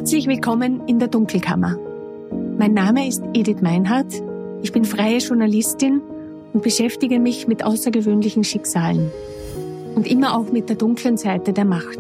Herzlich willkommen in der Dunkelkammer. Mein Name ist Edith Meinhardt. Ich bin freie Journalistin und beschäftige mich mit außergewöhnlichen Schicksalen und immer auch mit der dunklen Seite der Macht.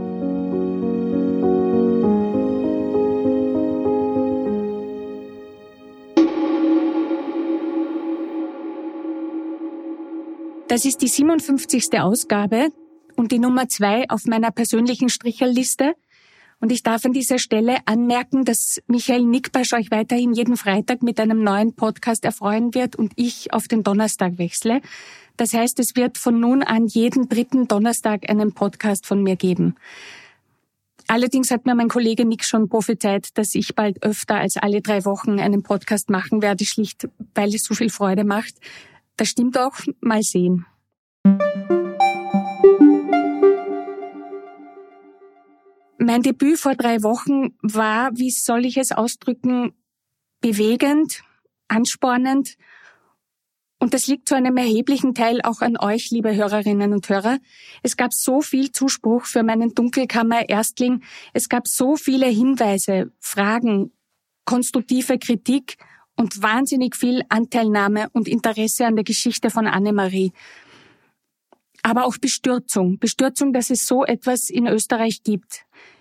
Das ist die 57. Ausgabe und die Nummer 2 auf meiner persönlichen Stricherliste. Und ich darf an dieser Stelle anmerken, dass Michael Nickbasch euch weiterhin jeden Freitag mit einem neuen Podcast erfreuen wird und ich auf den Donnerstag wechsle. Das heißt, es wird von nun an jeden 3. Donnerstag einen Podcast von mir geben. Allerdings hat mir mein Kollege Nick schon prophezeit, dass ich bald öfter als alle 3 Wochen einen Podcast machen werde, schlicht weil es so viel Freude macht. Das stimmt auch. Mal sehen. Mein Debüt vor 3 Wochen war, wie soll ich es ausdrücken, bewegend, anspornend. Und das liegt zu einem erheblichen Teil auch an euch, liebe Hörerinnen und Hörer. Es gab so viel Zuspruch für meinen Dunkelkammer-Erstling. Es gab so viele Hinweise, Fragen, konstruktive Kritik und wahnsinnig viel Anteilnahme und Interesse an der Geschichte von Annemarie. Aber auch Bestürzung, dass es so etwas in Österreich gibt.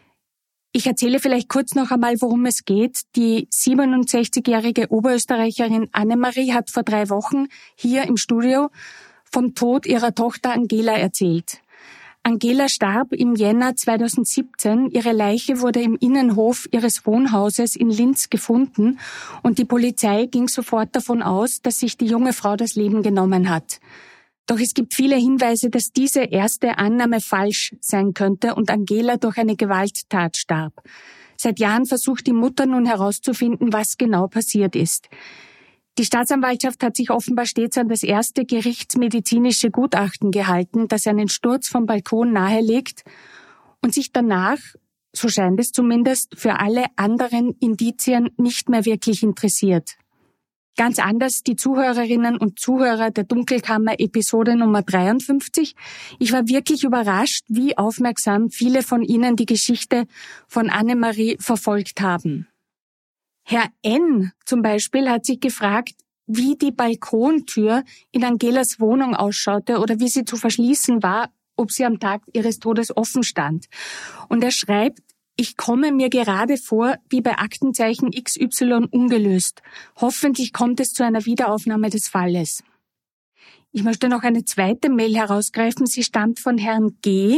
Ich erzähle vielleicht kurz noch einmal, worum es geht. Die 67-jährige Oberösterreicherin Annemarie hat vor 3 Wochen hier im Studio vom Tod ihrer Tochter Angela erzählt. Angela starb im Jänner 2017. Ihre Leiche wurde im Innenhof ihres Wohnhauses in Linz gefunden und die Polizei ging sofort davon aus, dass sich die junge Frau das Leben genommen hat. Doch es gibt viele Hinweise, dass diese erste Annahme falsch sein könnte und Angela durch eine Gewalttat starb. Seit Jahren versucht die Mutter nun herauszufinden, was genau passiert ist. Die Staatsanwaltschaft hat sich offenbar stets an das erste gerichtsmedizinische Gutachten gehalten, das einen Sturz vom Balkon nahelegt und sich danach, so scheint es zumindest, für alle anderen Indizien nicht mehr wirklich interessiert. Ganz anders die Zuhörerinnen und Zuhörer der Dunkelkammer Episode Nummer 53. Ich war wirklich überrascht, wie aufmerksam viele von Ihnen die Geschichte von Annemarie verfolgt haben. Herr N. zum Beispiel hat sich gefragt, wie die Balkontür in Angelas Wohnung ausschaute oder wie sie zu verschließen war, ob sie am Tag ihres Todes offen stand. Und er schreibt, ich komme mir gerade vor, wie bei Aktenzeichen XY ungelöst. Hoffentlich kommt es zu einer Wiederaufnahme des Falles. Ich möchte noch eine zweite Mail herausgreifen. Sie stammt von Herrn G.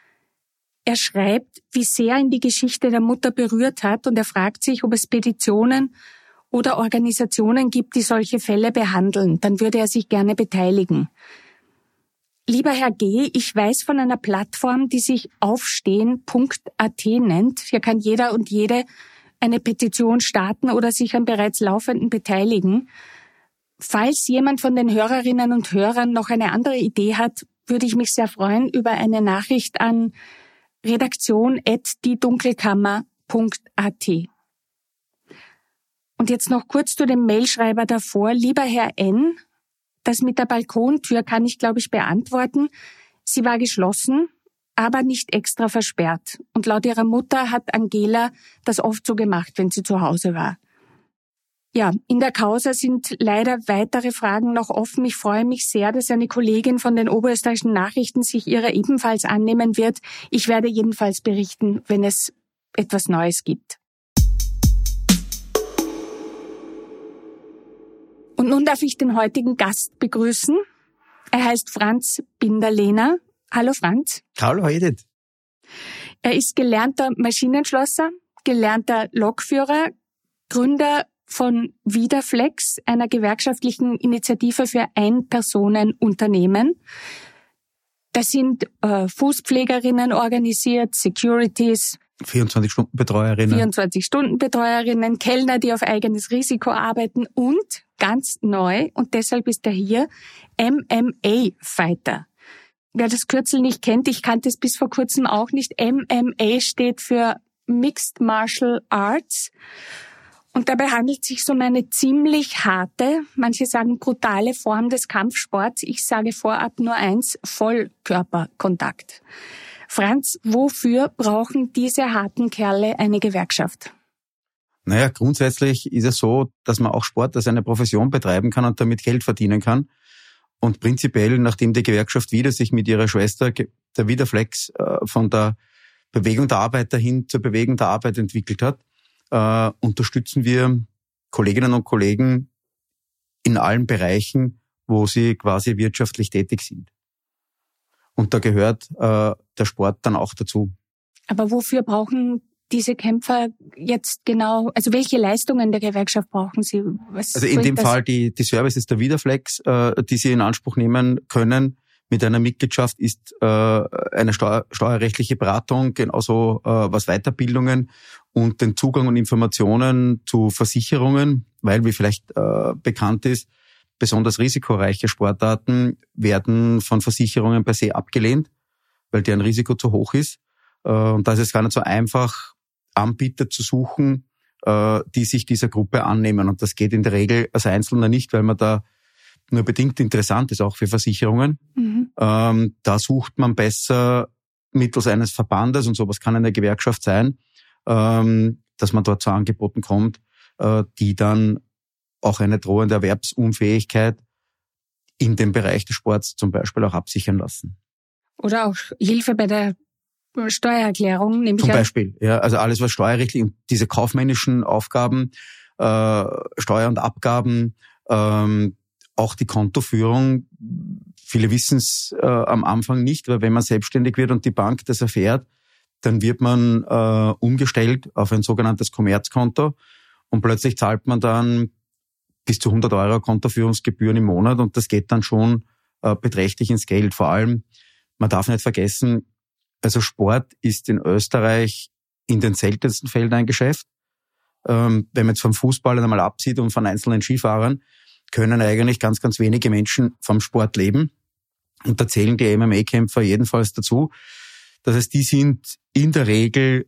Er schreibt, wie sehr ihn die Geschichte der Mutter berührt hat und er fragt sich, ob es Petitionen oder Organisationen gibt, die solche Fälle behandeln. Dann würde er sich gerne beteiligen. Lieber Herr G., ich weiß von einer Plattform, die sich aufstehen.at nennt. Hier kann jeder und jede eine Petition starten oder sich an bereits laufenden beteiligen. Falls jemand von den Hörerinnen und Hörern noch eine andere Idee hat, würde ich mich sehr freuen über eine Nachricht an redaktion@diedunkelkammer.at. Und jetzt noch kurz zu dem Mailschreiber davor. Lieber Herr N., das mit der Balkontür kann ich, glaube ich, beantworten. Sie war geschlossen, aber nicht extra versperrt. Und laut ihrer Mutter hat Angela das oft so gemacht, wenn sie zu Hause war. Ja, in der Causa sind leider weitere Fragen noch offen. Ich freue mich sehr, dass eine Kollegin von den Oberösterreichischen Nachrichten sich ihrer ebenfalls annehmen wird. Ich werde jedenfalls berichten, wenn es etwas Neues gibt. Und nun darf ich den heutigen Gast begrüßen. Er heißt Franz Binder-Lehner. Hallo Franz. Hallo Edith. Er ist gelernter Maschinenschlosser, gelernter Lokführer, Gründer von Vidaflex, einer gewerkschaftlichen Initiative für Ein-Personen-Unternehmen. Da sind Fußpflegerinnen organisiert, Securities, 24-Stunden-Betreuerinnen, Kellner, die auf eigenes Risiko arbeiten und ganz neu, und deshalb ist er hier, MMA-Fighter. Wer das Kürzel nicht kennt, ich kannte es bis vor kurzem auch nicht. MMA steht für Mixed Martial Arts. Und dabei handelt es sich um eine ziemlich harte, manche sagen brutale Form des Kampfsports. Ich sage vorab nur eins, Vollkörperkontakt. Franz, wofür brauchen diese harten Kerle eine Gewerkschaft? Naja, grundsätzlich ist es so, dass man auch Sport als eine Profession betreiben kann und damit Geld verdienen kann. Und prinzipiell, nachdem die Gewerkschaft WIDA sich mit ihrer Schwester, der WIDA Flex, von der Bewegung der Arbeiter hin zur Bewegung der Arbeit entwickelt hat, unterstützen wir Kolleginnen und Kollegen in allen Bereichen, wo sie quasi wirtschaftlich tätig sind. Und da gehört der Sport dann auch dazu. Aber wofür brauchen diese Kämpfer jetzt genau, also welche Leistungen der Gewerkschaft brauchen sie? Also in dem Fall die Services der WIDA Flex, die sie in Anspruch nehmen können mit einer Mitgliedschaft, ist eine steuerrechtliche Beratung, genauso was Weiterbildungen und den Zugang und Informationen zu Versicherungen, weil, wie vielleicht bekannt ist, besonders risikoreiche Sportarten werden von Versicherungen per se abgelehnt, weil deren Risiko zu hoch ist. Und da ist es gar nicht so einfach, Anbieter zu suchen, die sich dieser Gruppe annehmen. Und das geht in der Regel als Einzelner nicht, weil man da nur bedingt interessant ist, auch für Versicherungen. Mhm. Da sucht man besser mittels eines Verbandes, und sowas kann eine Gewerkschaft sein, dass man dort zu Angeboten kommt, die dann auch eine drohende Erwerbsunfähigkeit in dem Bereich des Sports zum Beispiel auch absichern lassen. Oder auch Hilfe bei der Steuererklärung, nehme ich an. Zum Beispiel, ja, also alles, was steuerrechtlich und diese kaufmännischen Aufgaben, Steuer und Abgaben, auch die Kontoführung. Viele wissen es am Anfang nicht, weil wenn man selbstständig wird und die Bank das erfährt, dann wird man umgestellt auf ein sogenanntes Kommerzkonto und plötzlich zahlt man dann bis zu 100 € Kontoführungsgebühren im Monat und das geht dann schon beträchtlich ins Geld. Vor allem, man darf nicht vergessen, also Sport ist in Österreich in den seltensten Fällen ein Geschäft. Wenn man jetzt vom Fußballern einmal absieht und von einzelnen Skifahrern, können eigentlich ganz, ganz wenige Menschen vom Sport leben. Und da zählen die MMA-Kämpfer jedenfalls dazu. Das heißt, die sind in der Regel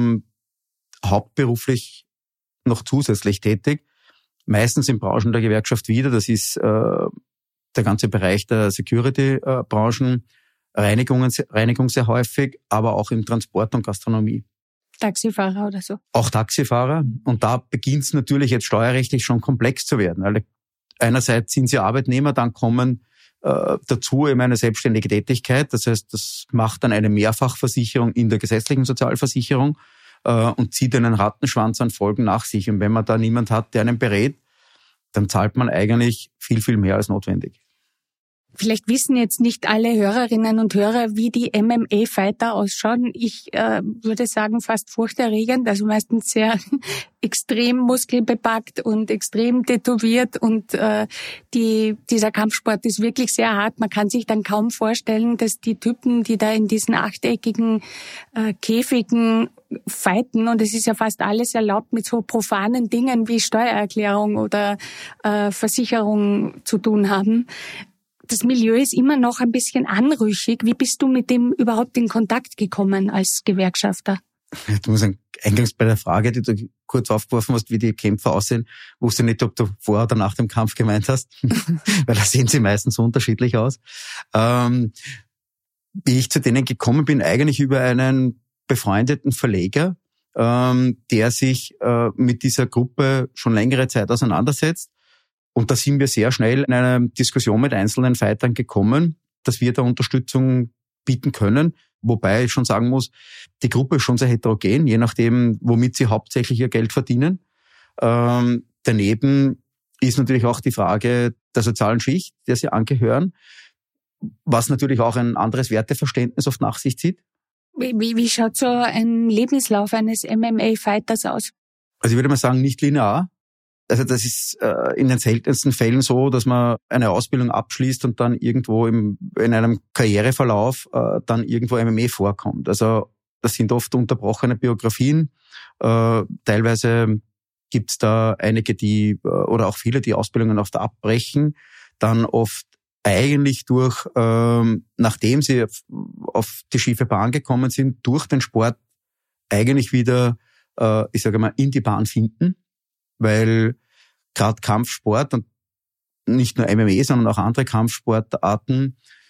hauptberuflich noch zusätzlich tätig. Meistens in Branchen der Gewerkschaft WIDA. Das ist der ganze Bereich der Security-Branchen, Reinigung sehr häufig, aber auch im Transport und Gastronomie. Taxifahrer oder so? Auch Taxifahrer. Und da beginnt es natürlich jetzt steuerrechtlich schon komplex zu werden. Weil einerseits sind sie Arbeitnehmer, dann kommen dazu eben eine selbstständige Tätigkeit. Das heißt, das macht dann eine Mehrfachversicherung in der gesetzlichen Sozialversicherung und zieht einen Rattenschwanz an Folgen nach sich. Und wenn man da niemand hat, der einen berät, dann zahlt man eigentlich viel, viel mehr als notwendig. Vielleicht wissen jetzt nicht alle Hörerinnen und Hörer, wie die MMA-Fighter ausschauen. Ich würde sagen, fast furchterregend, also meistens sehr extrem muskelbepackt und extrem tätowiert und dieser Kampfsport ist wirklich sehr hart. Man kann sich dann kaum vorstellen, dass die Typen, die da in diesen achteckigen Käfigen fighten, und es ist ja fast alles erlaubt, mit so profanen Dingen wie Steuererklärung oder Versicherung zu tun haben. Das Milieu ist immer noch ein bisschen anrüchig. Wie bist du mit dem überhaupt in Kontakt gekommen als Gewerkschafter? Du musst eingangs bei der Frage, die du kurz aufgeworfen hast, wie die Kämpfer aussehen, wusste nicht, ob du vor oder nach dem Kampf gemeint hast, weil da sehen sie meistens so unterschiedlich aus. Wie ich zu denen gekommen bin, eigentlich über einen befreundeten Verleger, der sich mit dieser Gruppe schon längere Zeit auseinandersetzt. Und da sind wir sehr schnell in eine Diskussion mit einzelnen Fightern gekommen, dass wir da Unterstützung bieten können. Wobei ich schon sagen muss, die Gruppe ist schon sehr heterogen, je nachdem, womit sie hauptsächlich ihr Geld verdienen. Daneben ist natürlich auch die Frage der sozialen Schicht, der sie angehören, was natürlich auch ein anderes Werteverständnis oft nach sich zieht. Wie schaut so ein Lebenslauf eines MMA-Fighters aus? Also ich würde mal sagen, nicht linear. Also das ist in den seltensten Fällen so, dass man eine Ausbildung abschließt und dann irgendwo in einem Karriereverlauf dann irgendwo MMA vorkommt. Also das sind oft unterbrochene Biografien. Teilweise gibt's da einige, die oder auch viele, die Ausbildungen oft abbrechen, dann oft eigentlich durch, nachdem sie auf die schiefe Bahn gekommen sind, durch den Sport eigentlich wieder, ich sage mal, in die Bahn finden. Weil gerade Kampfsport und nicht nur MMA, sondern auch andere Kampfsportarten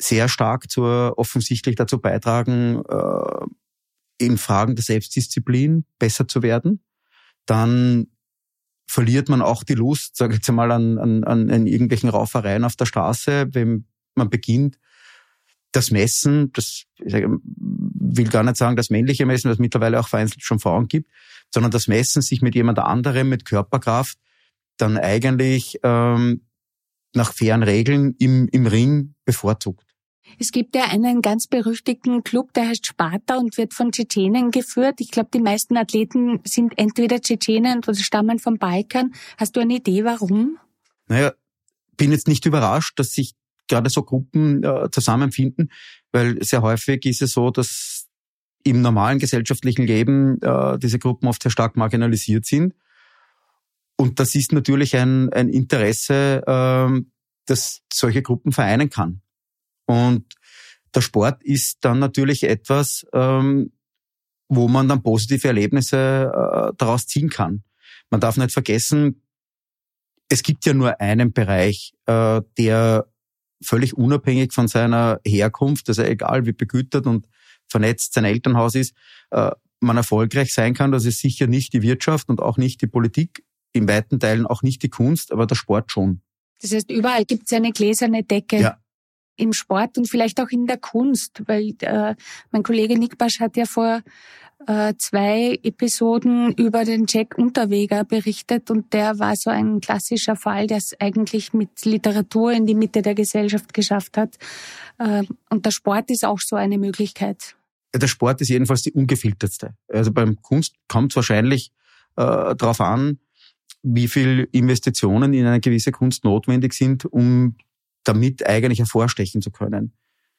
sehr stark offensichtlich dazu beitragen, in Fragen der Selbstdisziplin besser zu werden. Dann verliert man auch die Lust, sage ich jetzt einmal, an irgendwelchen Raufereien auf der Straße, wenn man beginnt, das Messen, ich will gar nicht sagen das männliche Messen, das mittlerweile auch vereinzelt schon Frauen gibt, sondern das Messen sich mit jemand anderem, mit Körperkraft, dann eigentlich nach fairen Regeln im Ring bevorzugt. Es gibt ja einen ganz berüchtigten Club, der heißt Sparta und wird von Tschetschenen geführt. Ich glaube, die meisten Athleten sind entweder Tschetschenen oder stammen vom Balkan. Hast du eine Idee, warum? Naja, bin jetzt nicht überrascht, dass sich gerade so Gruppen zusammenfinden, weil sehr häufig ist es so, dass im normalen gesellschaftlichen Leben diese Gruppen oft sehr stark marginalisiert sind. Und das ist natürlich ein Interesse, das solche Gruppen vereinen kann. Und der Sport ist dann natürlich etwas, wo man dann positive Erlebnisse daraus ziehen kann. Man darf nicht vergessen, es gibt ja nur einen Bereich, der völlig unabhängig von seiner Herkunft, also egal wie begütert und vernetzt sein Elternhaus ist, man erfolgreich sein kann. Das ist sicher nicht die Wirtschaft und auch nicht die Politik, in weiten Teilen auch nicht die Kunst, aber der Sport schon. Das heißt, überall gibt es eine gläserne Decke. Ja. Im Sport und vielleicht auch in der Kunst, weil mein Kollege Nick Basch hat ja vor 2 Episoden über den Jack Unterweger berichtet und der war so ein klassischer Fall, der es eigentlich mit Literatur in die Mitte der Gesellschaft geschafft hat. Und der Sport ist auch so eine Möglichkeit. Der Sport ist jedenfalls die ungefiltertste. Also beim Kunst kommt es wahrscheinlich darauf an, wie viel Investitionen in eine gewisse Kunst notwendig sind, um damit eigentlich hervorstechen zu können.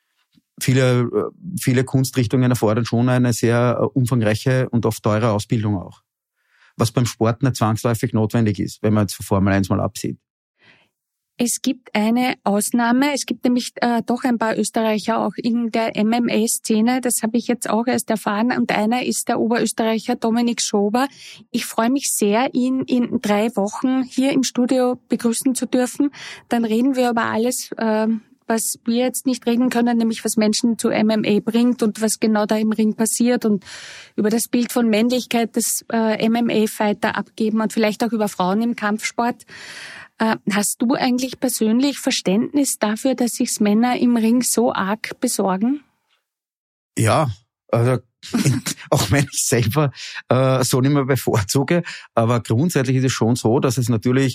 Viele Kunstrichtungen erfordern schon eine sehr umfangreiche und oft teure Ausbildung auch. Was beim Sport nicht zwangsläufig notwendig ist, wenn man jetzt von Formel 1 mal absieht. Es gibt eine Ausnahme. Es gibt nämlich doch ein paar Österreicher auch in der MMA-Szene. Das habe ich jetzt auch erst erfahren. Und einer ist der Oberösterreicher Dominik Schober. Ich freue mich sehr, ihn in 3 Wochen hier im Studio begrüßen zu dürfen. Dann reden wir über alles, was wir jetzt nicht reden können, nämlich was Menschen zu MMA bringt und was genau da im Ring passiert und über das Bild von Männlichkeit, das MMA-Fighter abgeben und vielleicht auch über Frauen im Kampfsport. Hast du eigentlich persönlich Verständnis dafür, dass sich's Männer im Ring so arg besorgen? Ja, also auch wenn ich selber so nicht mehr bevorzuge, aber grundsätzlich ist es schon so, dass es natürlich,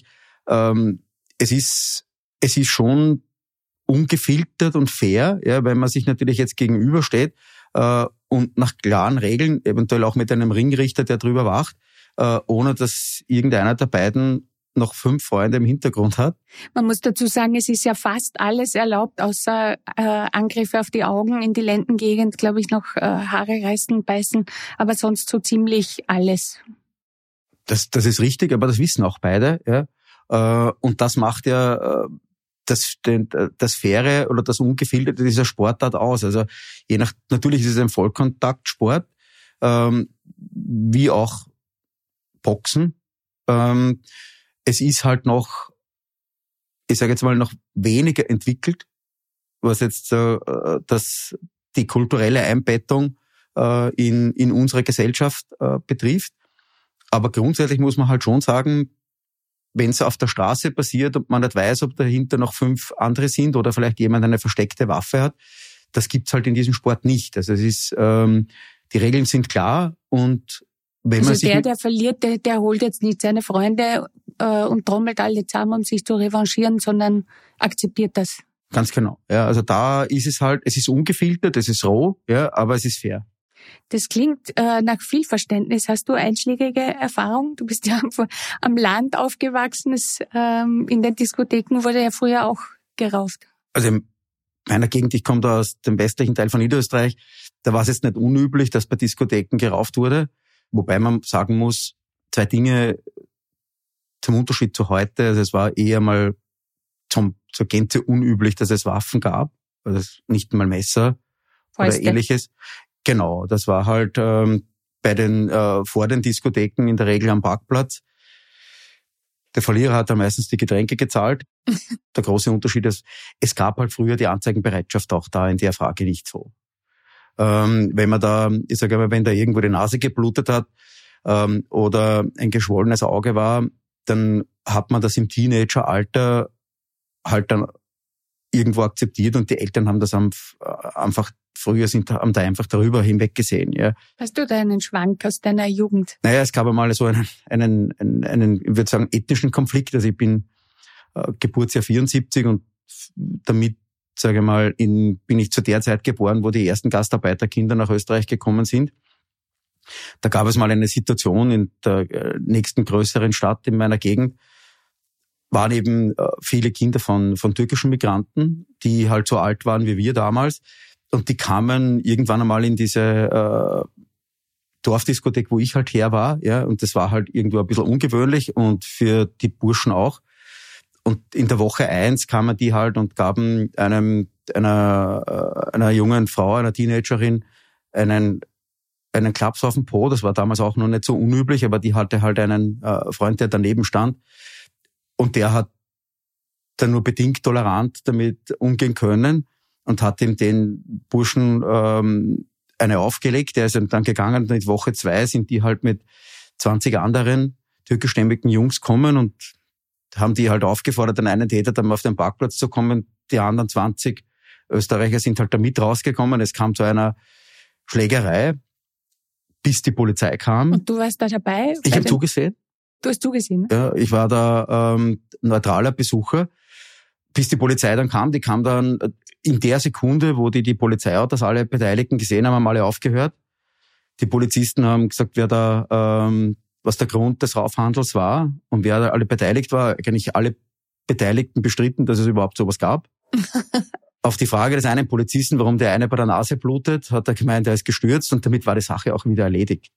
es ist schon ungefiltert und fair, ja, weil man sich natürlich jetzt gegenübersteht und nach klaren Regeln, eventuell auch mit einem Ringrichter, der drüber wacht, ohne dass irgendeiner der beiden noch 5 Freunde im Hintergrund hat. Man muss dazu sagen, es ist ja fast alles erlaubt, außer Angriffe auf die Augen, in die Lendengegend, glaube ich, noch Haare reißen, beißen, aber sonst so ziemlich alles. Das ist richtig, aber das wissen auch beide. Ja. Und das macht ja das Faire oder das Ungefilterte dieser Sportart aus. Also natürlich ist es ein Vollkontaktsport, wie auch Boxen. Es ist halt noch, ich sage jetzt mal, noch weniger entwickelt, was jetzt die kulturelle Einbettung in unsere Gesellschaft betrifft. Aber grundsätzlich muss man halt schon sagen, wenn es auf der Straße passiert und man nicht weiß, ob dahinter noch 5 andere sind oder vielleicht jemand eine versteckte Waffe hat, das gibt's halt in diesem Sport nicht. Also es ist, die Regeln sind klar und wenn man sich... Der verliert, der holt jetzt nicht seine Freunde und trommelt alle zusammen, um sich zu revanchieren, sondern akzeptiert das. Ganz genau. Ja, also da ist es halt, es ist ungefiltert, es ist roh, ja, aber es ist fair. Das klingt nach viel Verständnis. Hast du einschlägige Erfahrung? Du bist ja am Land aufgewachsen. In den Diskotheken wurde ja früher auch gerauft. Also in meiner Gegend, ich komme da aus dem westlichen Teil von Niederösterreich, da war es jetzt nicht unüblich, dass bei Diskotheken gerauft wurde. Wobei man sagen muss, 2 Dinge zum Unterschied zu heute. Also es war eher mal zur Gänze unüblich, dass es Waffen gab. Also nicht mal Messer Fäuste oder Ähnliches. Genau, das war halt bei den vor den Diskotheken in der Regel am Parkplatz. Der Verlierer hat dann meistens die Getränke gezahlt. der große Unterschied ist, es gab halt früher die Anzeigenbereitschaft auch da in der Frage nicht so. Wenn man da, ich sage mal, wenn da irgendwo die Nase geblutet hat oder ein geschwollenes Auge war, dann hat man das im Teenageralter halt dann irgendwo akzeptiert und die Eltern haben das einfach früher haben da einfach darüber hinweg gesehen. Ja. Hast du da einen Schwank aus deiner Jugend? Naja, es gab einmal so einen, ich würde sagen, ethnischen Konflikt. Also ich bin Geburtsjahr 74 und damit, sage ich mal, bin ich zu der Zeit geboren, wo die ersten Gastarbeiterkinder nach Österreich gekommen sind. Da gab es mal eine Situation in der nächsten größeren Stadt in meiner Gegend, waren eben viele Kinder von türkischen Migranten, die halt so alt waren wie wir damals. Und die kamen irgendwann einmal in diese Dorfdiskothek, wo ich halt her war. Ja, und das war halt irgendwo ein bisschen ungewöhnlich und für die Burschen auch. Und in der Woche 1 kamen die halt und gaben einer jungen Frau, einer Teenagerin, einen Klaps auf den Po. Das war damals auch noch nicht so unüblich, aber die hatte halt einen Freund, der daneben stand. Und der hat dann nur bedingt tolerant damit umgehen können und hat ihm den Burschen eine aufgelegt. Der ist dann gegangen und in Woche 2 sind die halt mit 20 anderen türkischstämmigen Jungs kommen und haben die halt aufgefordert, den einen Täter dann auf den Parkplatz zu kommen. Die anderen 20 Österreicher sind halt da mit rausgekommen. Es kam zu einer Schlägerei, bis die Polizei kam. Und du warst da dabei? Ich habe zugesehen. Du hast zugesehen? Ja, ich war da neutraler Besucher, bis die Polizei dann kam. Die kam dann in der Sekunde, wo die Polizeiautos alle Beteiligten gesehen haben, haben alle aufgehört. Die Polizisten haben gesagt, wer da, was der Grund des Raufhandels war und wer da alle beteiligt war. Eigentlich alle Beteiligten bestritten, dass es überhaupt sowas gab. Auf die Frage des einen Polizisten, warum der eine bei der Nase blutet, hat er gemeint, er ist gestürzt und damit war die Sache auch wieder erledigt.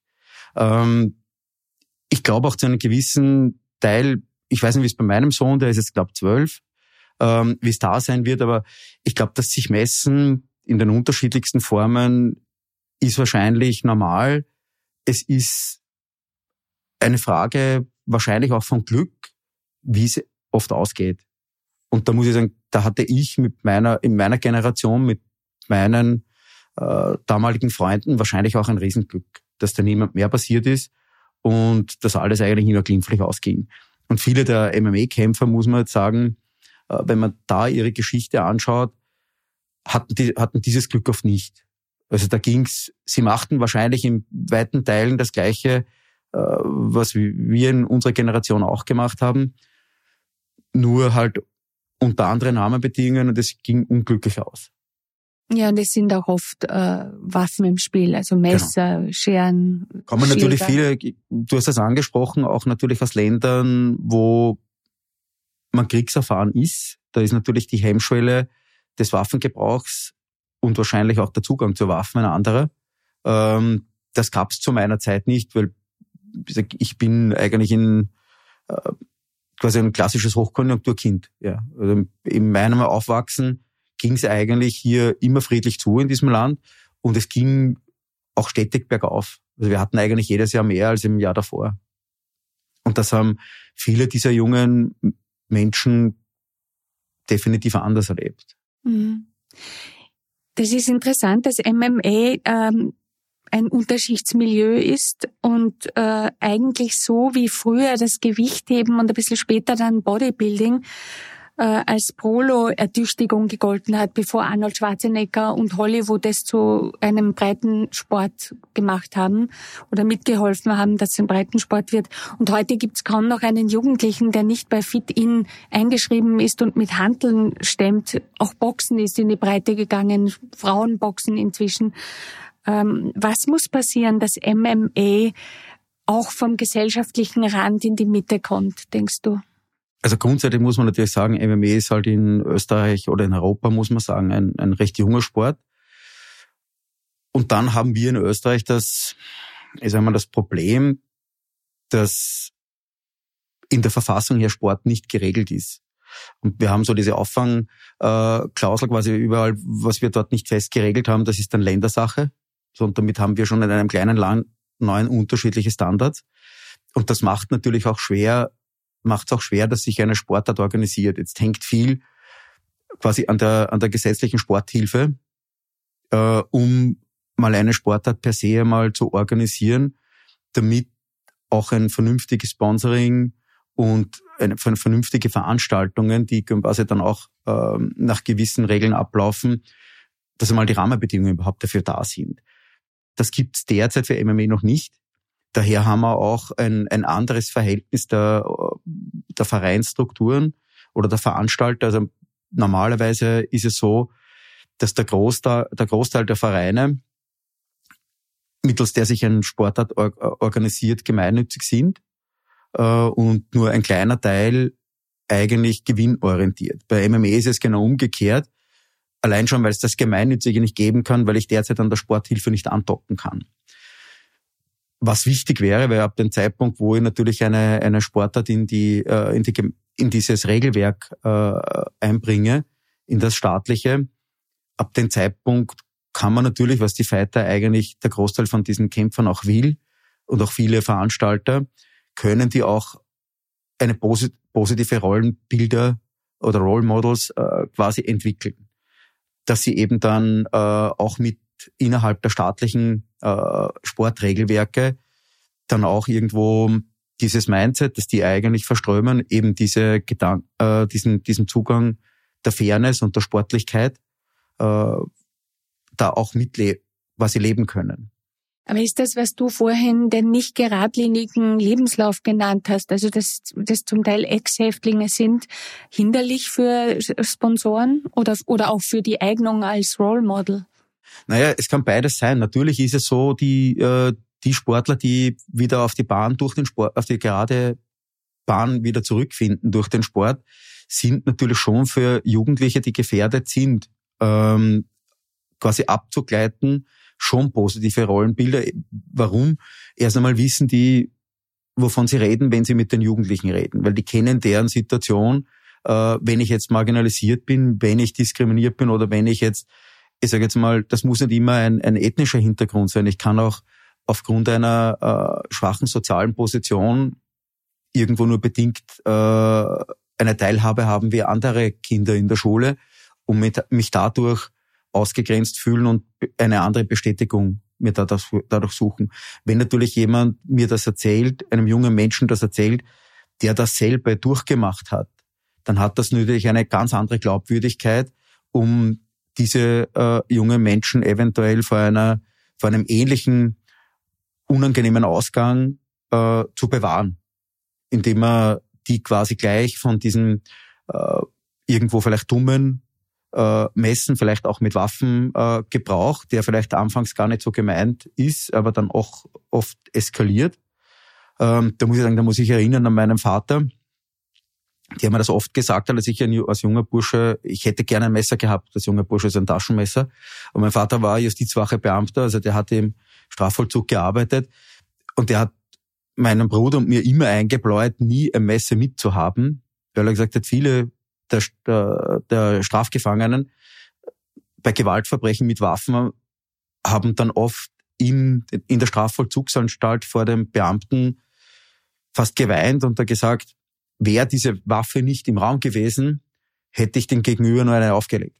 Ich glaube auch zu einem gewissen Teil, ich weiß nicht, wie es bei meinem Sohn, der ist jetzt, glaube ich, 12, wie es da sein wird, aber ich glaube, dass sich messen in den unterschiedlichsten Formen ist wahrscheinlich normal. Es ist eine Frage wahrscheinlich auch von Glück, wie es oft ausgeht. Und da muss ich sagen, da hatte ich in meiner Generation mit meinen damaligen Freunden wahrscheinlich auch ein Riesenglück, dass da niemand mehr passiert ist und dass alles eigentlich immer glimpflich ausging. Und viele der MMA-Kämpfer, muss man jetzt sagen, wenn man da ihre Geschichte anschaut, hatten dieses Glück oft nicht. Also da ging's, sie machten wahrscheinlich in weiten Teilen das Gleiche, was wir in unserer Generation auch gemacht haben, nur halt unter anderen Rahmenbedingungen und es ging unglücklich aus. Ja, und es sind auch oft Waffen im Spiel, also Messer, genau. Scheren, Kommen natürlich viele, du hast das angesprochen, auch natürlich aus Ländern, wo man kriegserfahren ist. Da ist natürlich die Hemmschwelle des Waffengebrauchs und wahrscheinlich auch der Zugang zur Waffen ein anderer. Das gab es zu meiner Zeit nicht, weil ich bin eigentlich quasi ein klassisches Hochkonjunkturkind. Ja. Also in meinem Aufwachsen ging es eigentlich hier immer friedlich zu in diesem Land und es ging auch stetig bergauf. Also wir hatten eigentlich jedes Jahr mehr als im Jahr davor. Und das haben viele dieser jungen Menschen definitiv anders erlebt. Das ist interessant, dass MMA ein Unterschichtsmilieu ist und eigentlich so wie früher das Gewichtheben und ein bisschen später dann Bodybuilding als Prolo-Ertüchtigung gegolten hat, bevor Arnold Schwarzenegger und Hollywood es zu einem Breitensport gemacht haben oder mitgeholfen haben, dass es ein Breitensport wird. Und heute gibt es kaum noch einen Jugendlichen, der nicht bei Fit-In eingeschrieben ist und mit Hanteln stemmt. Auch Boxen ist in die Breite gegangen, Frauenboxen inzwischen. Was muss passieren, dass MMA auch vom gesellschaftlichen Rand in die Mitte kommt, denkst du? Also grundsätzlich muss man natürlich sagen, MMA ist halt in Österreich oder in Europa, muss man sagen, ein recht junger Sport. Und dann haben wir in Österreich das Problem, dass in der Verfassung hier Sport nicht geregelt ist. Und wir haben so diese Auffangklausel quasi überall, was wir dort nicht fest geregelt haben, das ist dann Ländersache. So, und damit haben wir schon in einem kleinen Land 9 unterschiedliche Standards. Und das macht natürlich auch schwer, macht es auch schwer, dass sich eine Sportart organisiert. Jetzt hängt viel quasi an der gesetzlichen Sporthilfe, um mal eine Sportart per se einmal zu organisieren, damit auch ein vernünftiges Sponsoring und vernünftige Veranstaltungen, die quasi dann auch nach gewissen Regeln ablaufen, dass einmal die Rahmenbedingungen überhaupt dafür da sind. Das gibt's derzeit für MMA noch nicht. Daher haben wir auch ein anderes Verhältnis der Vereinsstrukturen oder der Veranstalter. Also normalerweise ist es so, dass der Großteil der Vereine, mittels der sich ein Sportart organisiert, gemeinnützig sind und nur ein kleiner Teil eigentlich gewinnorientiert. Bei MMA ist es genau umgekehrt. Allein schon, weil es das Gemeinnützige nicht geben kann, weil ich derzeit an der Sporthilfe nicht andocken kann. Was wichtig wäre, weil ab dem Zeitpunkt, wo ich natürlich eine Sportart in dieses Regelwerk einbringe, in das staatliche, ab dem Zeitpunkt kann man natürlich, was die Fighter eigentlich der Großteil von diesen Kämpfern auch will und auch viele Veranstalter, können die auch eine positive Rollenbilder oder Role Models quasi entwickeln, dass sie eben dann auch mit innerhalb der staatlichen Sportregelwerke dann auch irgendwo dieses Mindset, das die eigentlich verströmen, eben diesen Zugang der Fairness und der Sportlichkeit da auch quasi leben können. Aber ist das, was du vorhin den nicht geradlinigen Lebenslauf genannt hast, also dass zum Teil Ex-Häftlinge sind, hinderlich für Sponsoren oder auch für die Eignung als Role Model? Naja, es kann beides sein. Natürlich ist es so, die Sportler, die wieder auf die gerade Bahn wieder zurückfinden durch den Sport, sind natürlich schon für Jugendliche, die gefährdet sind, quasi abzugleiten, schon positive Rollenbilder. Warum? Erst einmal wissen die, wovon sie reden, wenn sie mit den Jugendlichen reden, weil die kennen deren Situation, wenn ich jetzt marginalisiert bin, wenn ich diskriminiert bin oder wenn ich sage jetzt mal, das muss nicht immer ein ethnischer Hintergrund sein. Ich kann auch aufgrund einer schwachen sozialen Position irgendwo nur bedingt eine Teilhabe haben wie andere Kinder in der Schule und mich dadurch ausgegrenzt fühlen und eine andere Bestätigung mir dadurch suchen. Wenn natürlich jemand mir das erzählt, einem jungen Menschen das erzählt, der das selber durchgemacht hat, dann hat das natürlich eine ganz andere Glaubwürdigkeit, um diese jungen Menschen eventuell vor einem ähnlichen unangenehmen Ausgang zu bewahren, indem man die quasi gleich von diesen irgendwo vielleicht dummen Messen, vielleicht auch mit Waffengebrauch, der vielleicht anfangs gar nicht so gemeint ist, aber dann auch oft eskaliert. Da muss ich erinnern an meinen Vater, der mir das oft gesagt hat, als ich als junger Bursche, ich hätte gerne ein Messer gehabt. Das junge Bursche ist ein Taschenmesser. Und mein Vater war Justizwachebeamter, also der hat im Strafvollzug gearbeitet. Und der hat meinem Bruder und mir immer eingebläut, nie ein Messer mitzuhaben, weil er gesagt hat, viele der Strafgefangenen bei Gewaltverbrechen mit Waffen haben dann oft in der Strafvollzugsanstalt vor dem Beamten fast geweint und da gesagt, wäre diese Waffe nicht im Raum gewesen, hätte ich dem Gegenüber nur eine aufgelegt.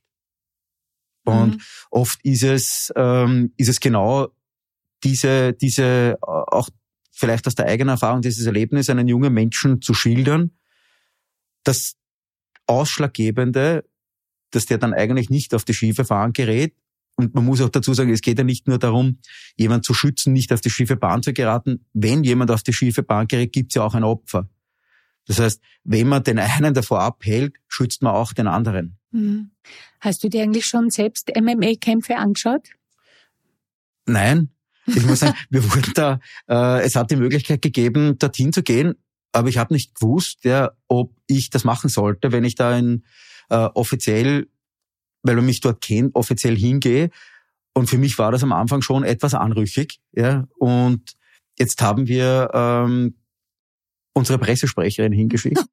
Und oft ist es genau diese auch vielleicht aus der eigenen Erfahrung dieses Erlebnis einen jungen Menschen zu schildern, das Ausschlaggebende, dass der dann eigentlich nicht auf die schiefe Bahn gerät. Und man muss auch dazu sagen, es geht ja nicht nur darum, jemanden zu schützen, nicht auf die schiefe Bahn zu geraten. Wenn jemand auf die schiefe Bahn gerät, gibt es ja auch ein Opfer. Das heißt, wenn man den einen davor abhält, schützt man auch den anderen. Hast du dir eigentlich schon selbst MMA-Kämpfe angeschaut? Nein. Ich muss sagen, wir wurden es hat die Möglichkeit gegeben, dorthin zu gehen, aber ich habe nicht gewusst, ob ich das machen sollte, wenn ich da offiziell, weil man mich dort kennt, offiziell hingehe. Und für mich war das am Anfang schon etwas anrüchig. Ja. Und jetzt haben wir unsere Pressesprecherin hingeschickt.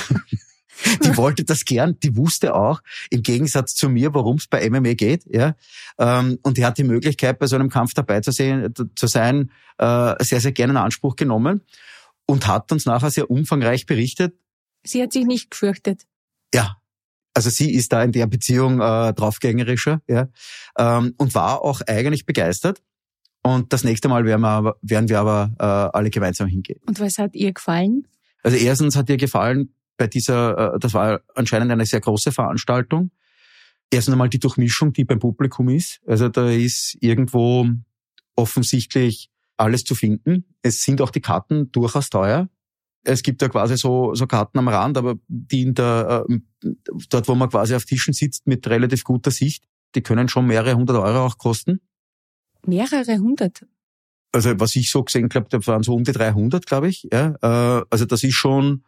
Die wollte das gern, die wusste auch, im Gegensatz zu mir, worum es bei MMA geht. Ja. Und die hat die Möglichkeit, bei so einem Kampf dabei zu sein, sehr, sehr gerne in Anspruch genommen und hat uns nachher sehr umfangreich berichtet, Sie hat sich nicht gefürchtet. Ja, also sie ist da in der Beziehung draufgängerischer, ja, und war auch eigentlich begeistert. Und das nächste Mal werden wir aber alle gemeinsam hingehen. Und was hat ihr gefallen? Also erstens hat ihr gefallen bei dieser, das war anscheinend eine sehr große Veranstaltung. Erstens einmal die Durchmischung, die beim Publikum ist. Also da ist irgendwo offensichtlich alles zu finden. Es sind auch die Karten durchaus teuer. Es gibt ja quasi so Karten am Rand, aber die dort, wo man quasi auf Tischen sitzt mit relativ guter Sicht, die können schon mehrere 100 Euro auch kosten. Mehrere 100? Also was ich so gesehen glaube, da waren so um die 300, glaube ich. Ja, also das ist schon,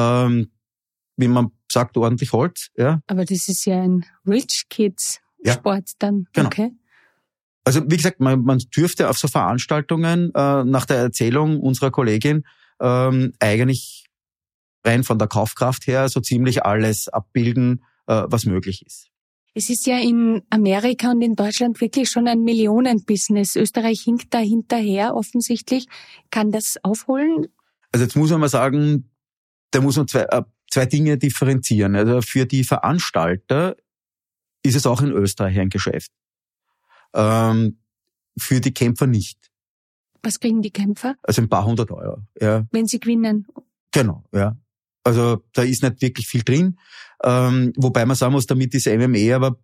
wie man sagt, ordentlich Holz. Ja. Aber das ist ja ein Rich Kids Sport dann. Genau. Okay. Also wie gesagt, man dürfte auf so Veranstaltungen nach der Erzählung unserer Kollegin eigentlich rein von der Kaufkraft her so ziemlich alles abbilden, was möglich ist. Es ist ja in Amerika und in Deutschland wirklich schon ein Millionenbusiness. Österreich hinkt da hinterher offensichtlich. Kann das aufholen? Also jetzt muss man mal sagen, da muss man zwei Dinge differenzieren. Also für die Veranstalter ist es auch in Österreich ein Geschäft. Für die Kämpfer nicht. Was kriegen die Kämpfer? Also ein paar 100 Euro. Ja. Wenn sie gewinnen? Genau, ja. Also da ist nicht wirklich viel drin. Wobei man sagen muss, damit ist MMA aber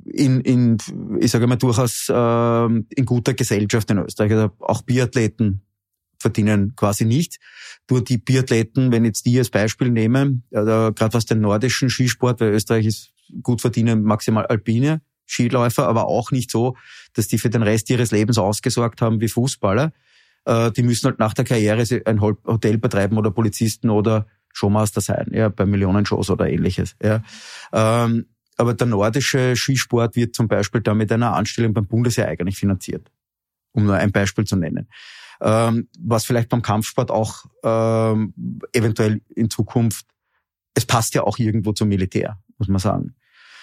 ich sage mal, durchaus in guter Gesellschaft in Österreich. Also auch Biathleten verdienen quasi nichts. Nur die Biathleten, wenn jetzt die als Beispiel nehmen, also gerade was den nordischen Skisport, weil Österreich ist gut verdienen, maximal alpine Skiläufer, aber auch nicht so, dass die für den Rest ihres Lebens ausgesorgt haben wie Fußballer. Die müssen halt nach der Karriere ein Hotel betreiben oder Polizisten oder Showmaster sein, ja, bei Millionenshows oder ähnliches. Ja. Aber der nordische Skisport wird zum Beispiel da mit einer Anstellung beim Bundesheer eigentlich finanziert, um nur ein Beispiel zu nennen. Was vielleicht beim Kampfsport auch eventuell in Zukunft, es passt ja auch irgendwo zum Militär, muss man sagen.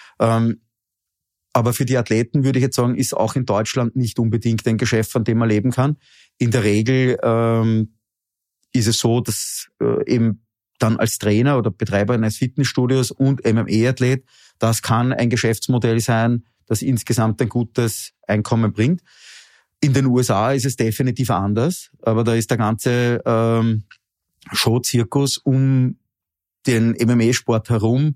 Aber für die Athleten würde ich jetzt sagen, ist auch in Deutschland nicht unbedingt ein Geschäft, von dem man leben kann. In der Regel ist es so, dass eben dann als Trainer oder Betreiber eines Fitnessstudios und MMA-Athlet, das kann ein Geschäftsmodell sein, das insgesamt ein gutes Einkommen bringt. In den USA ist es definitiv anders, aber da ist der ganze Show-Zirkus um den MMA-Sport herum.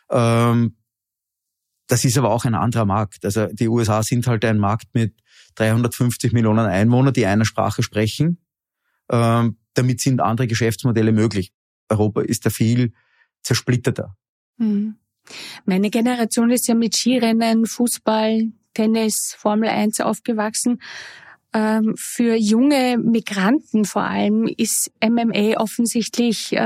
Das ist aber auch ein anderer Markt. Also die USA sind halt ein Markt mit 350 Millionen Einwohnern, die einer Sprache sprechen. Damit sind andere Geschäftsmodelle möglich. Europa ist da viel zersplitterter. Mhm. Meine Generation ist ja mit Skirennen, Fußball, Tennis, Formel 1 aufgewachsen. Für junge Migranten vor allem ist MMA offensichtlich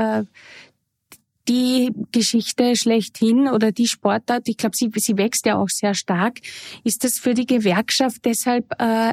die Geschichte schlechthin oder die Sportart. Ich glaube, sie wächst ja auch sehr stark. Ist das für die Gewerkschaft deshalb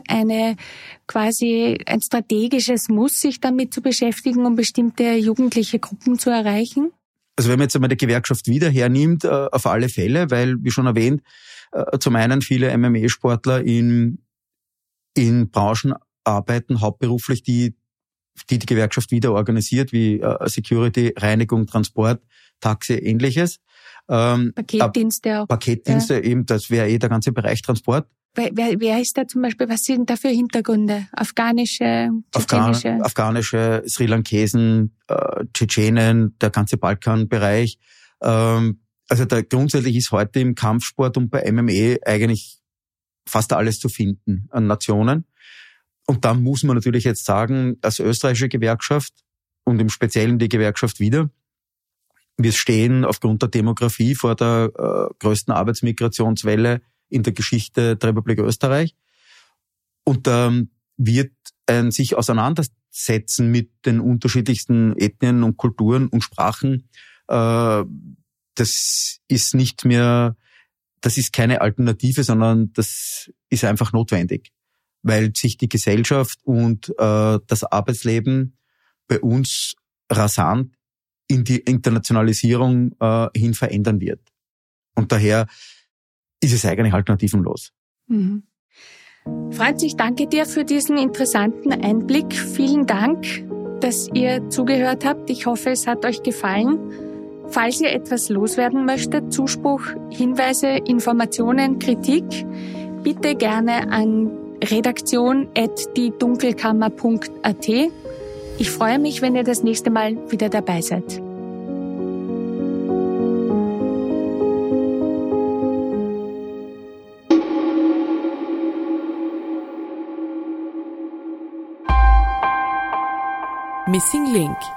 quasi ein strategisches Muss, sich damit zu beschäftigen, um bestimmte jugendliche Gruppen zu erreichen? Also wenn man jetzt einmal die Gewerkschaft wieder hernimmt, auf alle Fälle, weil, wie schon erwähnt, zum einen viele MMA-Sportler in Branchen arbeiten, hauptberuflich, die Gewerkschaft wieder organisiert, wie Security, Reinigung, Transport, Taxi, ähnliches. Paketdienste auch. Paketdienste, ja. Eben, das wäre der ganze Bereich Transport. Wer ist da zum Beispiel, was sind da für Hintergründe? Afghanische, tschetschenische? Afghanische, Sri Lankesen, Tschetschenen, der ganze Balkanbereich. Also grundsätzlich ist heute im Kampfsport und bei MMA eigentlich fast alles zu finden an Nationen. Und da muss man natürlich jetzt sagen, als österreichische Gewerkschaft und im Speziellen die Gewerkschaft wieder, wir stehen aufgrund der Demografie vor der größten Arbeitsmigrationswelle in der Geschichte der Republik Österreich. Und wird ein sich auseinandersetzen mit den unterschiedlichsten Ethnien und Kulturen und Sprachen, das ist keine Alternative, sondern das ist einfach notwendig, weil sich die Gesellschaft und das Arbeitsleben bei uns rasant in die Internationalisierung hin verändern wird. Und daher ist es eigentlich alternativenlos. Mhm. Franz, ich danke dir für diesen interessanten Einblick. Vielen Dank, dass ihr zugehört habt. Ich hoffe, es hat euch gefallen. Falls ihr etwas loswerden möchtet, Zuspruch, Hinweise, Informationen, Kritik, bitte gerne an redaktion@diedunkelkammer.at. Ich freue mich, wenn ihr das nächste Mal wieder dabei seid. Missing Link